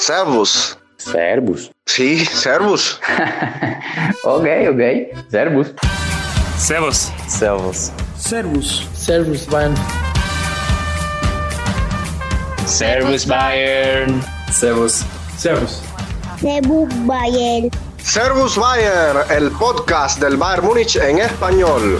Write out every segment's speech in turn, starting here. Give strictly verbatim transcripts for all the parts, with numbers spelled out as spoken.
Servus. Servus. Sí, servus. Ok, ok. Servus. Servus. Servus. Servus. Servus, Bayern. Servus Bayern. Servus. Servus. Servus Bayern. Servus Bayern, el podcast del Bayern Múnich en español.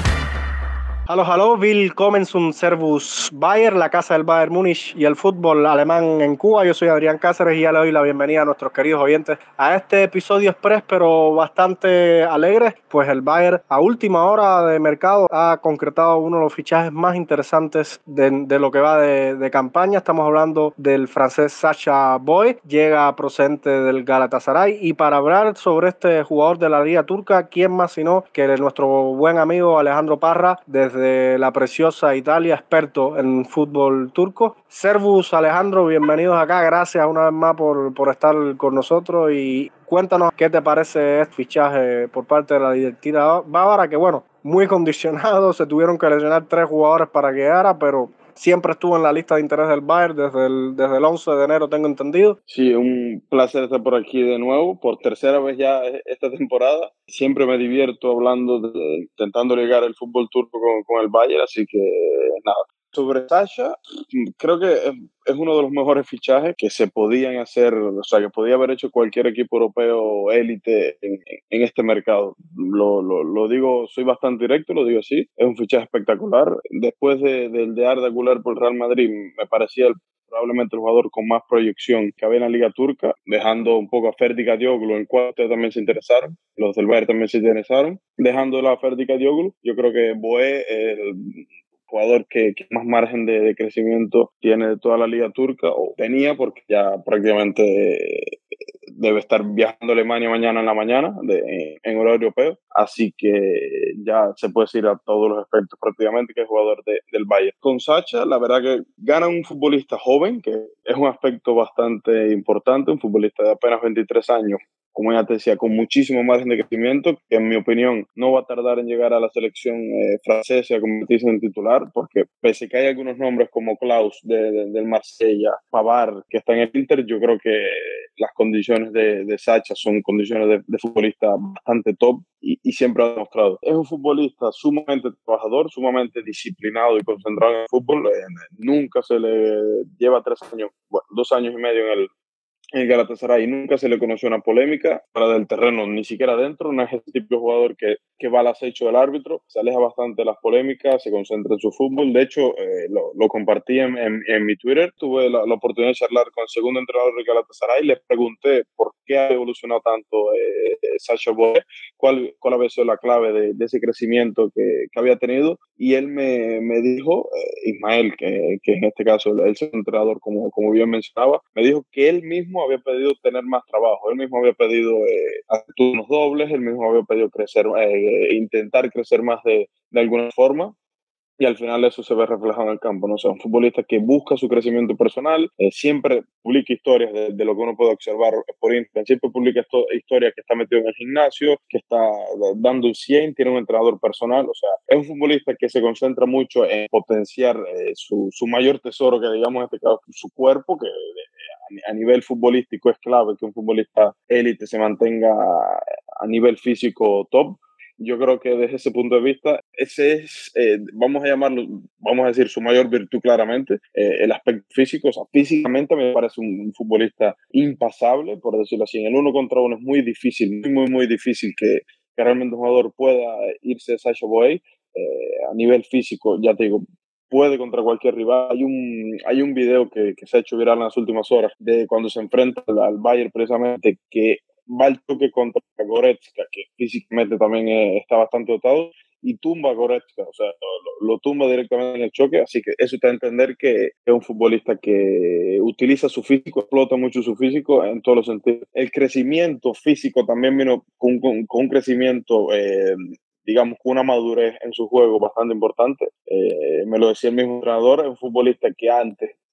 Hallo, hallo, willkommen zum Servus Bayern, la casa del Bayern Múnich y el fútbol alemán en Cuba. Yo soy Adrián Cáceres y ya le doy la bienvenida a nuestros queridos oyentes a este episodio express, pero bastante alegre, pues el Bayern a última hora de mercado ha concretado uno de los fichajes más interesantes de, de lo que va de, de campaña. Estamos hablando del francés Sacha Boey, llega procedente del Galatasaray, y para hablar sobre este jugador de la liga turca, ¿quién más sino que nuestro buen amigo Alejandro Parra, desde de la preciosa Italia, experto en fútbol turco? Servus, Alejandro, bienvenidos acá, gracias una vez más por, por estar con nosotros y cuéntanos qué te parece este fichaje por parte de la directiva bávara, que bueno, muy condicionado, se tuvieron que lesionar tres jugadores para que llegara, pero siempre estuvo en la lista de interés del Bayern desde el, desde el once de enero, tengo entendido. Sí, un placer estar por aquí de nuevo, por tercera vez ya esta temporada. Siempre me divierto hablando, de, intentando ligar el fútbol turco con, con el Bayern, así que nada. Sobre Sacha, creo que es uno de los mejores fichajes que se podían hacer, o sea, que podía haber hecho cualquier equipo europeo élite en, en este mercado. Lo, lo, lo digo, soy bastante directo, lo digo así. Es un fichaje espectacular. Después de, del de Arda Güler por el Real Madrid, me parecía el, probablemente el jugador con más proyección que había en la Liga Turca, dejando un poco a Ferdi Kadioglu, en el cual ustedes también se interesaron, los del Bayern también se interesaron. Dejando a Ferdi Kadioglu, yo creo que Boey, el jugador que, que más margen de, de crecimiento tiene de toda la liga turca, o tenía, porque ya prácticamente eh, debe estar viajando a Alemania mañana en la mañana de, en horario europeo, así que ya se puede decir a todos los efectos prácticamente que es jugador de, del Bayern. Con Sacha, la verdad que gana un futbolista joven, que es un aspecto bastante importante, un futbolista de apenas veintitrés años, como ya te decía, con muchísimo margen de crecimiento, que en mi opinión no va a tardar en llegar a la selección eh, francesa a convertirse en titular, porque pese que hay algunos nombres como Klaus de, de, del Marsella, Pavard, que está en el Inter, yo creo que las condiciones de, de Sacha son condiciones de, de futbolista bastante top y, y siempre ha demostrado. Es un futbolista sumamente trabajador, sumamente disciplinado y concentrado en el fútbol. Eh, nunca se le lleva tres años, bueno, dos años y medio en el en Galatasaray, nunca se le conoció una polémica fuera del terreno, ni siquiera dentro. No es ese tipo de jugador que, que va al acecho del árbitro, se aleja bastante de las polémicas, se concentra en su fútbol. De hecho, eh, lo, lo compartí en, en, en mi Twitter. Tuve la, la oportunidad de charlar con el segundo entrenador de Galatasaray y les pregunté por qué ha evolucionado tanto eh, Sacha Boey, cuál, cuál había sido la clave de, de ese crecimiento que, que había tenido, y él me, me dijo, eh, Ismael, que, que en este caso el, el entrenador, como, como bien mencionaba, me dijo que él mismo había pedido tener más trabajo, él mismo había pedido eh, hacer turnos dobles, él mismo había pedido crecer, eh, intentar crecer más de, de alguna forma, y al final eso se ve reflejado en el campo, ¿no? O sea, un futbolista que busca su crecimiento personal, eh, siempre publica historias de, de lo que uno puede observar por Instagram, siempre publica esto, historias que está metido en el gimnasio, que está dando un cien, tiene un entrenador personal, o sea, es un futbolista que se concentra mucho en potenciar eh, su, su mayor tesoro, que digamos en este caso su cuerpo, que eh, a nivel futbolístico es clave que un futbolista élite se mantenga a nivel físico top. Yo creo que desde ese punto de vista, ese es, eh, vamos a llamarlo, vamos a decir, su mayor virtud claramente, eh, el aspecto físico. O sea, físicamente me parece un, un futbolista impasable, por decirlo así. En el uno contra uno es muy difícil, muy, muy, muy difícil que, que realmente un jugador pueda irse a Sacha Boey. Eh, a nivel físico, ya te digo, puede contra cualquier rival. Hay un, hay un video que, que se ha hecho viral en las últimas horas de cuando se enfrenta al, al Bayern precisamente, que va al choque contra Goretzka, que físicamente también eh, está bastante dotado, y tumba a Goretzka, o sea, lo, lo tumba directamente en el choque, así que eso te da a entender que es un futbolista que utiliza su físico, explota mucho su físico en todos los sentidos. El crecimiento físico también vino con, con, con un crecimiento, eh, digamos, con una madurez en su juego bastante importante. Eh, me lo decía el mismo entrenador, es un futbolista que antes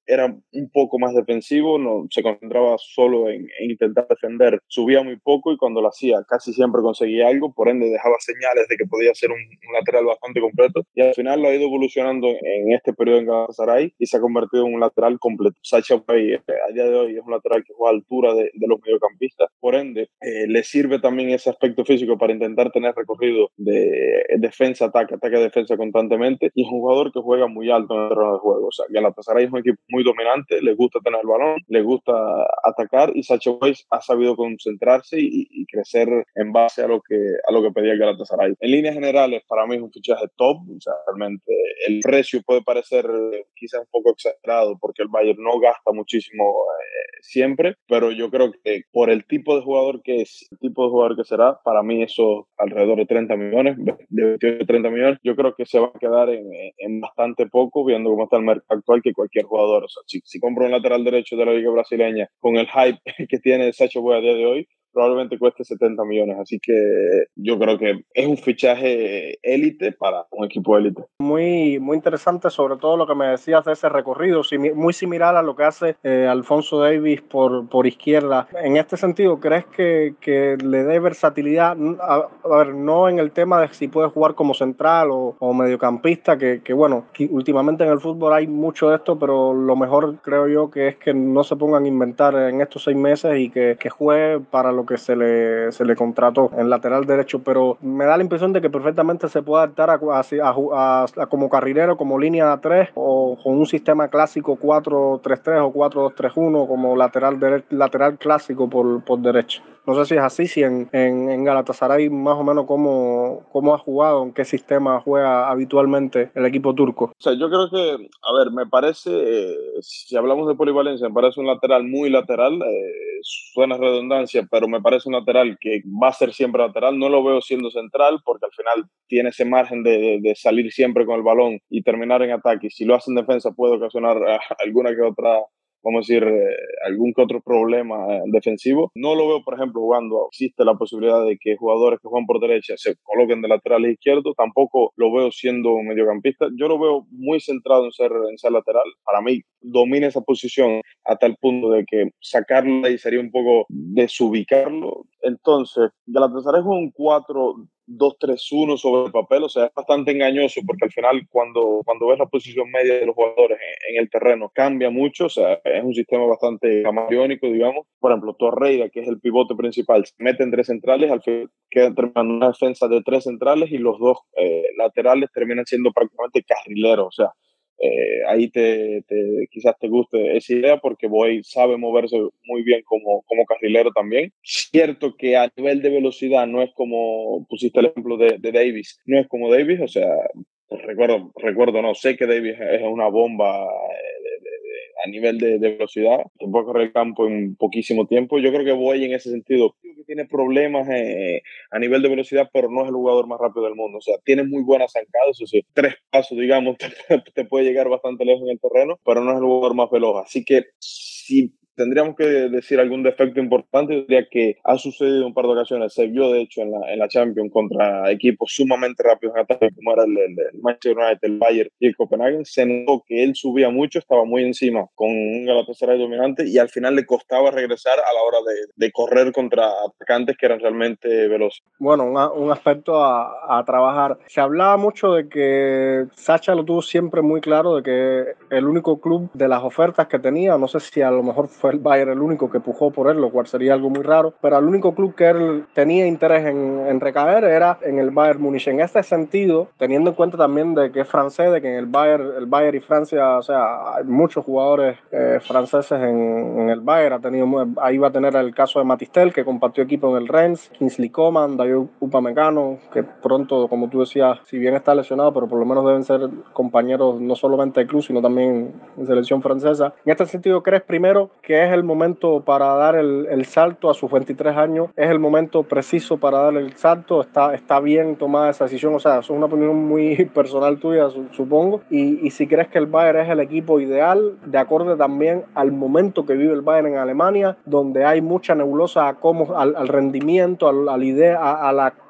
era un poco más defensivo, no se concentraba solo en, en intentar defender, subía muy poco y cuando lo hacía casi siempre conseguía algo, por ende dejaba señales de que podía ser un, un lateral bastante completo y al final lo ha ido evolucionando en este periodo en Galatasaray y se ha convertido en un lateral completo. Sacha Boey eh, a día de hoy es un lateral que juega a altura de, de los mediocampistas, por ende eh, le sirve también ese aspecto físico para intentar tener recorrido de defensa-ataque, ataque-defensa constantemente y es un jugador que juega muy alto en el terreno de juego. O sea, Galatasaray es un equipo muy dominante, le gusta tener el balón, le gusta atacar y Sacha Boey ha sabido concentrarse y, y crecer en base a lo que a lo que pedía el Galatasaray. En líneas generales, para mí es un fichaje top, o sea, realmente el precio puede parecer eh, quizás un poco exagerado porque el Bayern no gasta muchísimo eh, siempre, pero yo creo que por el tipo de jugador que es, el tipo de jugador que será, para mí eso alrededor de treinta millones, de veintiocho a treinta millones, yo creo que se va a quedar en, en bastante poco, viendo cómo está el mercado actual, que cualquier jugador. O sea, si, si compro un lateral derecho de la Liga Brasileña con el hype que tiene Sacha Boey a día de hoy, probablemente cueste setenta millones, así que yo creo que es un fichaje élite para un equipo élite. Muy, muy interesante, sobre todo lo que me decías de ese recorrido, muy similar a lo que hace eh, Alphonso Davies por, por izquierda. En este sentido, ¿crees que, que le dé versatilidad? A, a ver, no en el tema de si puede jugar como central o, o mediocampista, que, que bueno, que últimamente en el fútbol hay mucho de esto, pero lo mejor creo yo que es que no se pongan a inventar en estos seis meses y que, que juegue para lo que se le, se le contrató en lateral derecho, pero me da la impresión de que perfectamente se puede adaptar a, a, a, a como carrilero, como línea tres o con un sistema clásico cuatro tres tres o cuatro dos tres uno como lateral, dere, lateral clásico por, por derecha. No sé si es así, si en, en, en Galatasaray más o menos cómo, cómo ha jugado, en qué sistema juega habitualmente el equipo turco. O sea, yo creo que, a ver, me parece, eh, si hablamos de polivalencia, me parece un lateral muy lateral, eh, suena redundancia, pero me parece un lateral que va a ser siempre lateral. No lo veo siendo central porque al final tiene ese margen de, de, de salir siempre con el balón y terminar en ataque. Y si lo hace en defensa puede ocasionar uh, alguna que otra, vamos a decir, eh, algún que otro problema eh, defensivo. No lo veo, por ejemplo, jugando. Existe la posibilidad de que jugadores que juegan por derecha se coloquen de laterales izquierdos. Tampoco lo veo siendo un mediocampista. Yo lo veo muy centrado en ser, en ser lateral. Para mí, domina esa posición hasta el punto de que sacarlo de ahí sería un poco desubicarlo. Entonces, Galatasaray juega un cuatro dos tres uno sobre el papel, o sea, es bastante engañoso porque al final cuando, cuando ves la posición media de los jugadores en, en el terreno cambia mucho, o sea, es un sistema bastante camaleónico, digamos. Por ejemplo, Torreira, que es el pivote principal, se mete en tres centrales, al final queda terminando una defensa de tres centrales y los dos eh, laterales terminan siendo prácticamente carrileros, o sea, Eh, ahí te, te, quizás te guste esa idea porque Boey sabe moverse muy bien como, como carrilero también. Cierto que a nivel de velocidad no es como, pusiste el ejemplo de, de Davies, no es como Davies, o sea, recuerdo, recuerdo no, sé que Davies es una bomba de, de, de, a nivel de, de velocidad, que puede correr el campo en poquísimo tiempo. Yo creo que Boey en ese sentido que tiene problemas eh, a nivel de velocidad, pero no es el jugador más rápido del mundo. O sea, tiene muy buenas zancadas, o sea, tres pasos, digamos, te, te puede llegar bastante lejos en el terreno, pero no es el jugador más veloz. Así que si tendríamos que decir algún defecto importante, yo diría que ha sucedido un par de ocasiones, se vio de hecho en la, en la Champions contra equipos sumamente rápidos en ataque, como era el, el, el Manchester United, el Bayern y el Copenhagen. Se notó que él subía mucho, estaba muy encima con un Galatasaray dominante y al final le costaba regresar a la hora de, de correr contra atacantes que eran realmente veloces. Bueno, un, un aspecto a, a trabajar. Se hablaba mucho de que Sacha lo tuvo siempre muy claro, de que el único club de las ofertas que tenía, no sé si a lo mejor fue el Bayern el único que pujó por él, lo cual sería algo muy raro, pero el único club que él tenía interés en, en recaer era en el Bayern Múnich. En este sentido, teniendo en cuenta también de que es francés, de que en el Bayern, el Bayern y Francia, o sea, hay muchos jugadores eh, franceses en, en el Bayern. Ha tenido, ahí va a tener el caso de Matistel, que compartió equipo en el Rennes, Kingsley Coman, David Upamecano, que pronto, como tú decías, si bien está lesionado, pero por lo menos deben ser compañeros no solamente de club, sino también en selección francesa. En este sentido, ¿crees primero que es el momento para dar el, el salto a sus veintitrés años? ¿Es el momento preciso para dar el salto? ¿Está, está bien tomada esa decisión? O sea, eso es una opinión muy personal tuya, supongo. Y, y si crees que el Bayern es el equipo ideal, de acorde también al momento que vive el Bayern en Alemania, donde hay mucha nebulosa a cómo, al, al rendimiento, al, a la idea, a, a la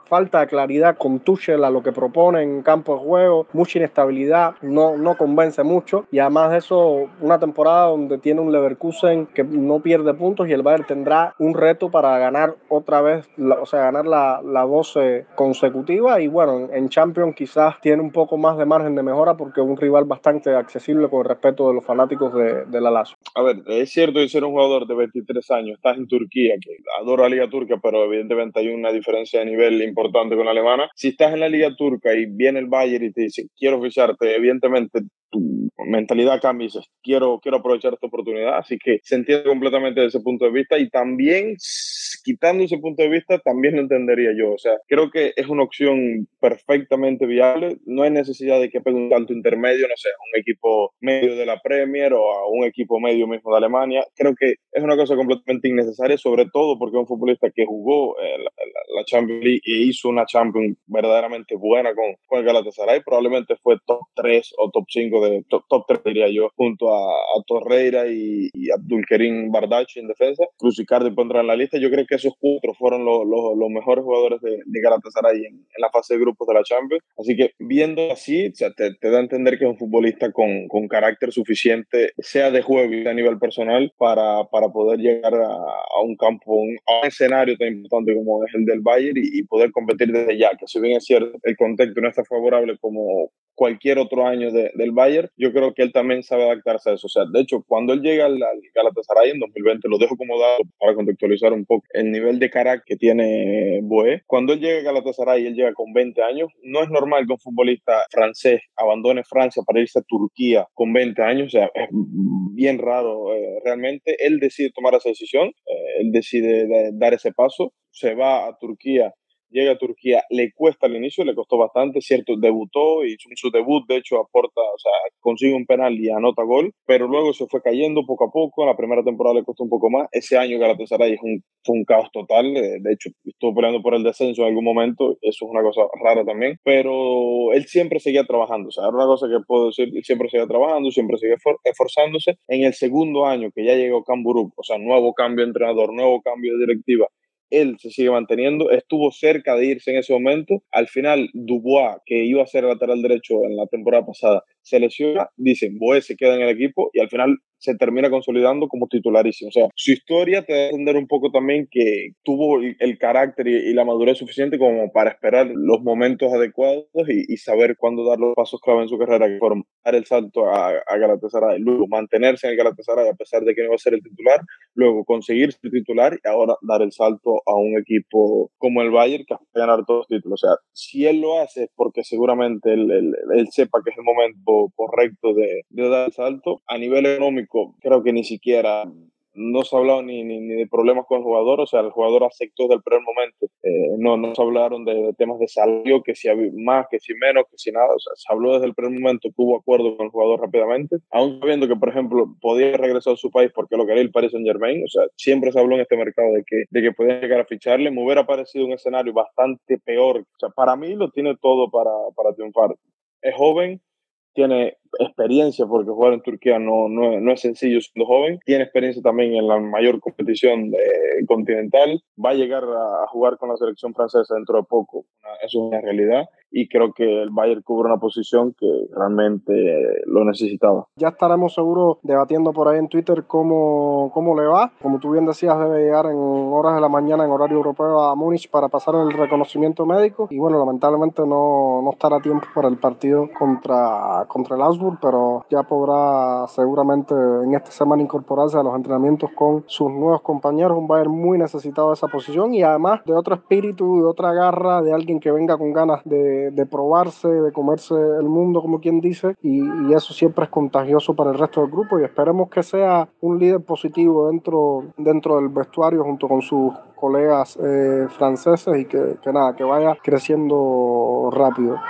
falta de claridad con Tuchel a lo que propone en campo de juego, mucha inestabilidad, no, no convence mucho, y además de eso, una temporada donde tiene un Leverkusen que no pierde puntos y el Bayern tendrá un reto para ganar otra vez, la, o sea, ganar la, la doce consecutiva, y bueno, en, en Champions quizás tiene un poco más de margen de mejora porque es un rival bastante accesible con el respeto de los fanáticos de, de la Lazio. A ver, es cierto que ser un jugador de veintitrés años, estás en Turquía, que adoro la Liga Turca, pero evidentemente hay una diferencia de nivel importante con la alemana. Si estás en la Liga Turca y viene el Bayern y te dice, quiero ficharte, evidentemente tu mentalidad cambia y dices, quiero, quiero aprovechar esta oportunidad, así que se entiende completamente desde ese punto de vista, y también, quitando ese punto de vista, también lo entendería yo, o sea, creo que es una opción perfectamente viable, no hay necesidad de que pegue un salto intermedio, no sé, a un equipo medio de la Premier o a un equipo medio mismo de Alemania, creo que es una cosa completamente innecesaria, sobre todo porque es un futbolista que jugó eh, la, la, la Champions League e hizo una Champions verdaderamente buena con, con el Galatasaray, probablemente fue top tres o top cinco de top, top tres diría yo, junto a, a Torreira y, y Abdulkerim Bardghji en defensa, incluso Icardi pondrá en la lista. Yo creo que esos cuatro fueron los, los, los mejores jugadores de, de Galatasaray en, en la fase de grupos de la Champions, así que viendo así, o sea, te, te da a entender que es un futbolista con, con carácter suficiente, sea de juego y a nivel personal, para, para poder llegar a, a un campo, un, a un escenario tan importante como es el del Bayern y, y poder competir desde ya, que si bien es cierto el contexto no está favorable como cualquier otro año de, del Bayern, yo creo que él también sabe adaptarse a eso. O sea, de hecho, cuando él llega al, al Galatasaray en dos mil veinte, lo dejo como dato para contextualizar un poco el nivel de carácter que tiene Boé. Cuando él llega a Galatasaray, él llega con veinte años. No es normal que un futbolista francés abandone Francia para irse a Turquía con veinte años. O sea, es bien raro eh, realmente. Él decide tomar esa decisión, eh, él decide de, dar ese paso, se va a Turquía. Llega a Turquía, le cuesta al inicio, le costó bastante, cierto, debutó y su, su debut, de hecho, aporta, o sea, consigue un penal y anota gol, pero luego se fue cayendo poco a poco, en la primera temporada le costó un poco más, ese año Galatasaray es un, fue un caos total, de hecho, estuvo peleando por el descenso en algún momento, eso es una cosa rara también, pero él siempre seguía trabajando, o sea, era una cosa que puedo decir, él siempre seguía trabajando, siempre seguía esforzándose. En el segundo año que ya llegó Camburú, o sea, nuevo cambio de entrenador, nuevo cambio de directiva, él se sigue manteniendo, estuvo cerca de irse en ese momento. Al final, Dubois, que iba a ser lateral derecho en la temporada pasada, se lesiona, dicen, Boé se queda en el equipo y al final se termina consolidando como titularísimo. O sea, su historia te da a entender un poco también que tuvo el carácter y, y la madurez suficiente como para esperar los momentos adecuados y, y saber cuándo dar los pasos clave en su carrera, que fueron dar el salto a, a Galatasaray, luego mantenerse en el Galatasaray a pesar de que no iba a ser el titular, luego conseguir ser titular y ahora dar el salto a un equipo como el Bayern que va a ganar todos los títulos. O sea, si él lo hace es porque seguramente él, él, él sepa que es el momento correcto de, de dar el salto. A nivel económico, creo que ni siquiera no se ha hablado ni, ni, ni de problemas con el jugador, o sea, el jugador aceptó desde el primer momento, eh, no, no se hablaron de, de temas de salario, que si había más, que si menos, que si nada, o sea, se habló desde el primer momento que hubo acuerdo con el jugador rápidamente, aún sabiendo que, por ejemplo, podía regresar a su país porque lo quería el Paris Saint-Germain, o sea, siempre se habló en este mercado de que, de que podía llegar a ficharle. Me hubiera parecido un escenario bastante peor, o sea, para mí lo tiene todo para, para triunfar. Es joven, tiene experiencia, porque jugar en Turquía no, no, no es sencillo siendo joven, tiene experiencia también en la mayor competición eh, continental, va a llegar a, a jugar con la selección francesa dentro de poco, eso es una realidad, y creo que el Bayern cubre una posición que realmente eh, lo necesitaba. Ya estaremos seguros debatiendo por ahí en Twitter cómo, cómo le va. Como tú bien decías, debe llegar en horas de la mañana en horario europeo a Múnich para pasar el reconocimiento médico, y bueno, lamentablemente no, no estará a tiempo para el partido contra, contra el Augsburg, pero ya podrá seguramente en esta semana incorporarse a los entrenamientos con sus nuevos compañeros. Un Bayern muy necesitado de esa posición y además de otro espíritu, de otra garra, de alguien que venga con ganas de De, de probarse, de comerse el mundo, como quien dice, y, y eso siempre es contagioso para el resto del grupo, y esperemos que sea un líder positivo dentro, dentro del vestuario junto con sus colegas eh, franceses, y que, que nada, que vaya creciendo rápido.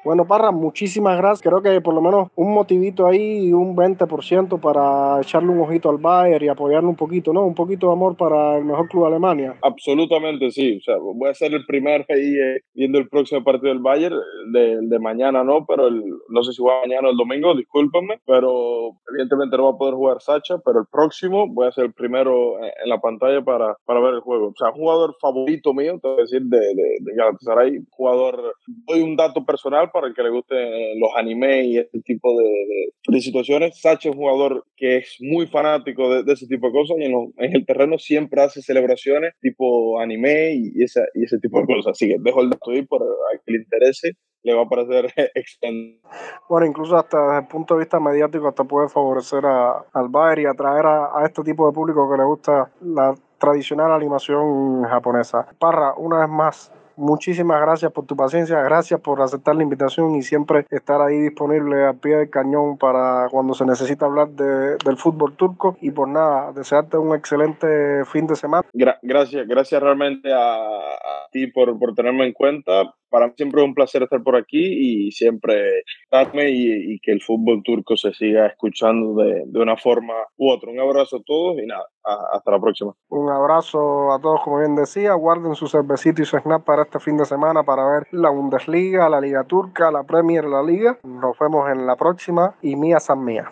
Bueno, Parra, muchísimas gracias. Creo que por lo menos un motivito ahí, un veinte por ciento para echarle un ojito al Bayern y apoyarlo un poquito, ¿no? Un poquito de amor para el mejor club de Alemania. Absolutamente sí. O sea, voy a ser el primero ahí eh, viendo el próximo partido del Bayern, de, de mañana no, pero el, no sé si va mañana o el domingo, discúlpenme, pero evidentemente no va a poder jugar Sacha, pero el próximo voy a ser el primero en la pantalla para, para ver el juego. O sea, un jugador favorito mío, te voy a decir, de, de, de Galatasaray, jugador, doy un dato personal para el que le guste los anime y este tipo de, de, de situaciones. Sacha es un jugador que es muy fanático de, de ese tipo de cosas y en, lo, en el terreno siempre hace celebraciones tipo anime y, esa, y ese tipo de cosas. Así que dejo el dato ahí para que le interese, le va a parecer excelente. Bueno, incluso hasta desde el punto de vista mediático hasta puede favorecer a, al Bayern y atraer a, a este tipo de público que le gusta la tradicional animación japonesa. Parra, una vez más, muchísimas gracias por tu paciencia, gracias por aceptar la invitación y siempre estar ahí disponible al pie del cañón para cuando se necesita hablar de, del fútbol turco. Y por nada, desearte un excelente fin de semana. Gra- gracias, gracias realmente a, a ti por, por tenerme en cuenta. Para mí siempre es un placer estar por aquí y siempre darme y, y que el fútbol turco se siga escuchando de, de una forma u otra. Un abrazo a todos y nada, a, hasta la próxima. Un abrazo a todos, como bien decía, guarden su cervecito y su snack para este fin de semana para ver la Bundesliga, la Liga Turca, la Premier, la Liga. Nos vemos en la próxima y mía san mía.